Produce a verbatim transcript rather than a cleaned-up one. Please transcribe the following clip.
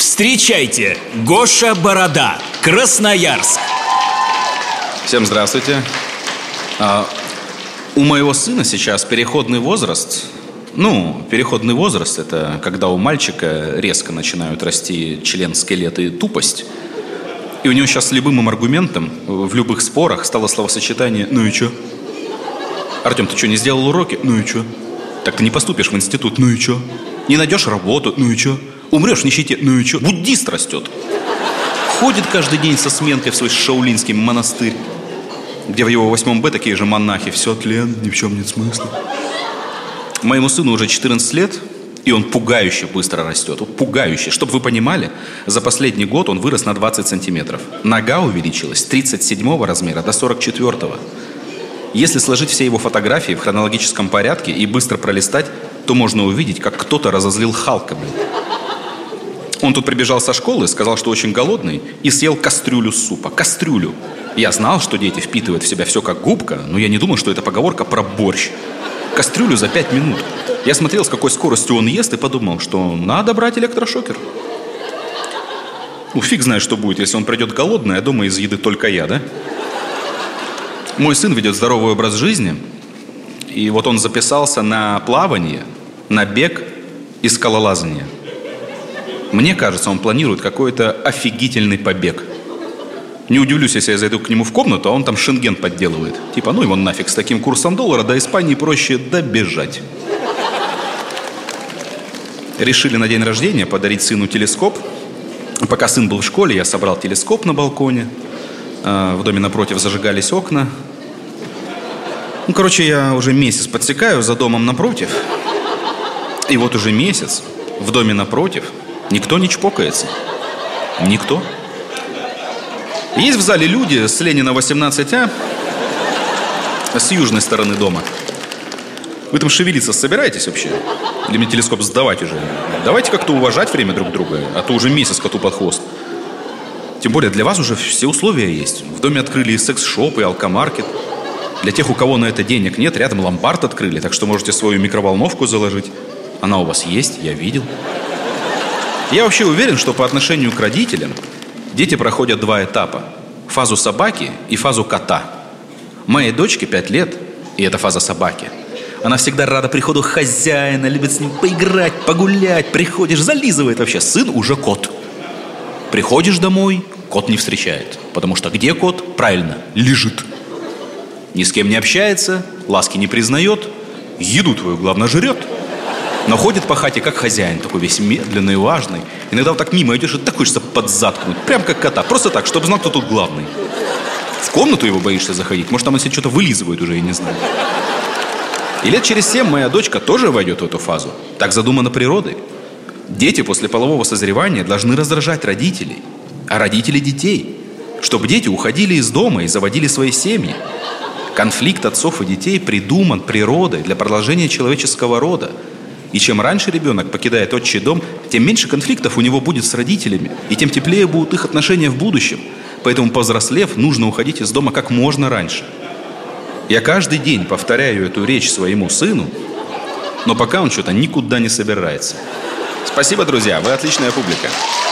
Встречайте, Гоша Борода, Красноярск. Всем здравствуйте. а, У моего сына сейчас переходный возраст. Ну, переходный возраст – это когда у мальчика резко начинают расти член, скелет и тупость. И у него сейчас с любым аргументом в любых спорах стало словосочетание «ну и чё?». Артем, ты что, не сделал уроки? Ну и чё? Так ты не поступишь в институт? Ну и чё? Не найдешь работу? Ну и чё? Умрешь в нищете? Ну и чё? Буддист растет. Ходит каждый день со сменкой в свой шаолинский монастырь, где в его восьмом Б такие же монахи. Все тлен, ни в чем нет смысла. Моему сыну уже четырнадцать лет, и он пугающе быстро растет. Вот пугающе. Чтобы вы понимали, за последний год он вырос на двадцать сантиметров. Нога увеличилась с тридцать седьмого размера до сорок четвёртого. Если сложить все его фотографии в хронологическом порядке и быстро пролистать, то можно увидеть, как кто-то разозлил Халка, блин. Он тут прибежал со школы, сказал, что очень голодный, и съел кастрюлю супа. Кастрюлю. Я знал, что дети впитывают в себя все как губка, но я не думал, что это поговорка про борщ. Кастрюлю за пять минут. Я смотрел, с какой скоростью он ест, и подумал, что надо брать электрошокер. Ну, фиг знает, что будет, если он придет голодный, а дома из еды только я, да? Мой сын ведет здоровый образ жизни, и вот он записался на плавание, на бег и скалолазание. Мне кажется, он планирует какой-то офигительный побег. Не удивлюсь, если я зайду к нему в комнату, а он там шенген подделывает. Типа, ну его нафиг, с таким курсом доллара до Испании проще добежать. Решили на день рождения подарить сыну телескоп. Пока сын был в школе, я собрал телескоп на балконе. В доме напротив зажигались окна. Ну, короче, я уже месяц подсекаю за домом напротив. И вот уже месяц в доме напротив никто не чпокается. Никто. Есть в зале люди с Ленина восемнадцать А, с южной стороны дома. Вы там шевелиться собираетесь вообще? Или мне телескоп сдавать уже? Давайте как-то уважать время друг друга, а то уже месяц коту под хвост. Тем более для вас уже все условия есть. В доме открыли и секс-шоп, и алкомаркет. Для тех, у кого на это денег нет, рядом ломбард открыли, так что можете свою микроволновку заложить. Она у вас есть, я видел. Я вообще уверен, что по отношению к родителям дети проходят два этапа. Фазу собаки и фазу кота. Моей дочке пять лет, и это фаза собаки. Она всегда рада приходу хозяина, любит с ним поиграть, погулять. Приходишь, зализывает вообще. Сын уже кот. Приходишь домой, кот не встречает. Потому что где кот? Правильно, лежит. Ни с кем не общается, ласки не признает, еду твою, главное, жрет. Но ходит по хате, как хозяин, такой весь медленный и важный. Иногда вот так мимо идешь, и так хочется подзаткнуть. Прям как кота, просто так, чтобы знал, кто тут главный. В комнату его боишься заходить, может, там он себе что-то вылизывает уже, я не знаю. И лет через семь моя дочка тоже войдет в эту фазу. Так задумано природой. Дети после полового созревания должны раздражать родителей, а родители детей, чтобы дети уходили из дома и заводили свои семьи. Конфликт отцов и детей придуман природой для продолжения человеческого рода. И чем раньше ребенок покидает отчий дом, тем меньше конфликтов у него будет с родителями, и тем теплее будут их отношения в будущем. Поэтому, повзрослев, нужно уходить из дома как можно раньше. Я каждый день повторяю эту речь своему сыну, но пока он что-то никуда не собирается. Спасибо, друзья, вы отличная публика.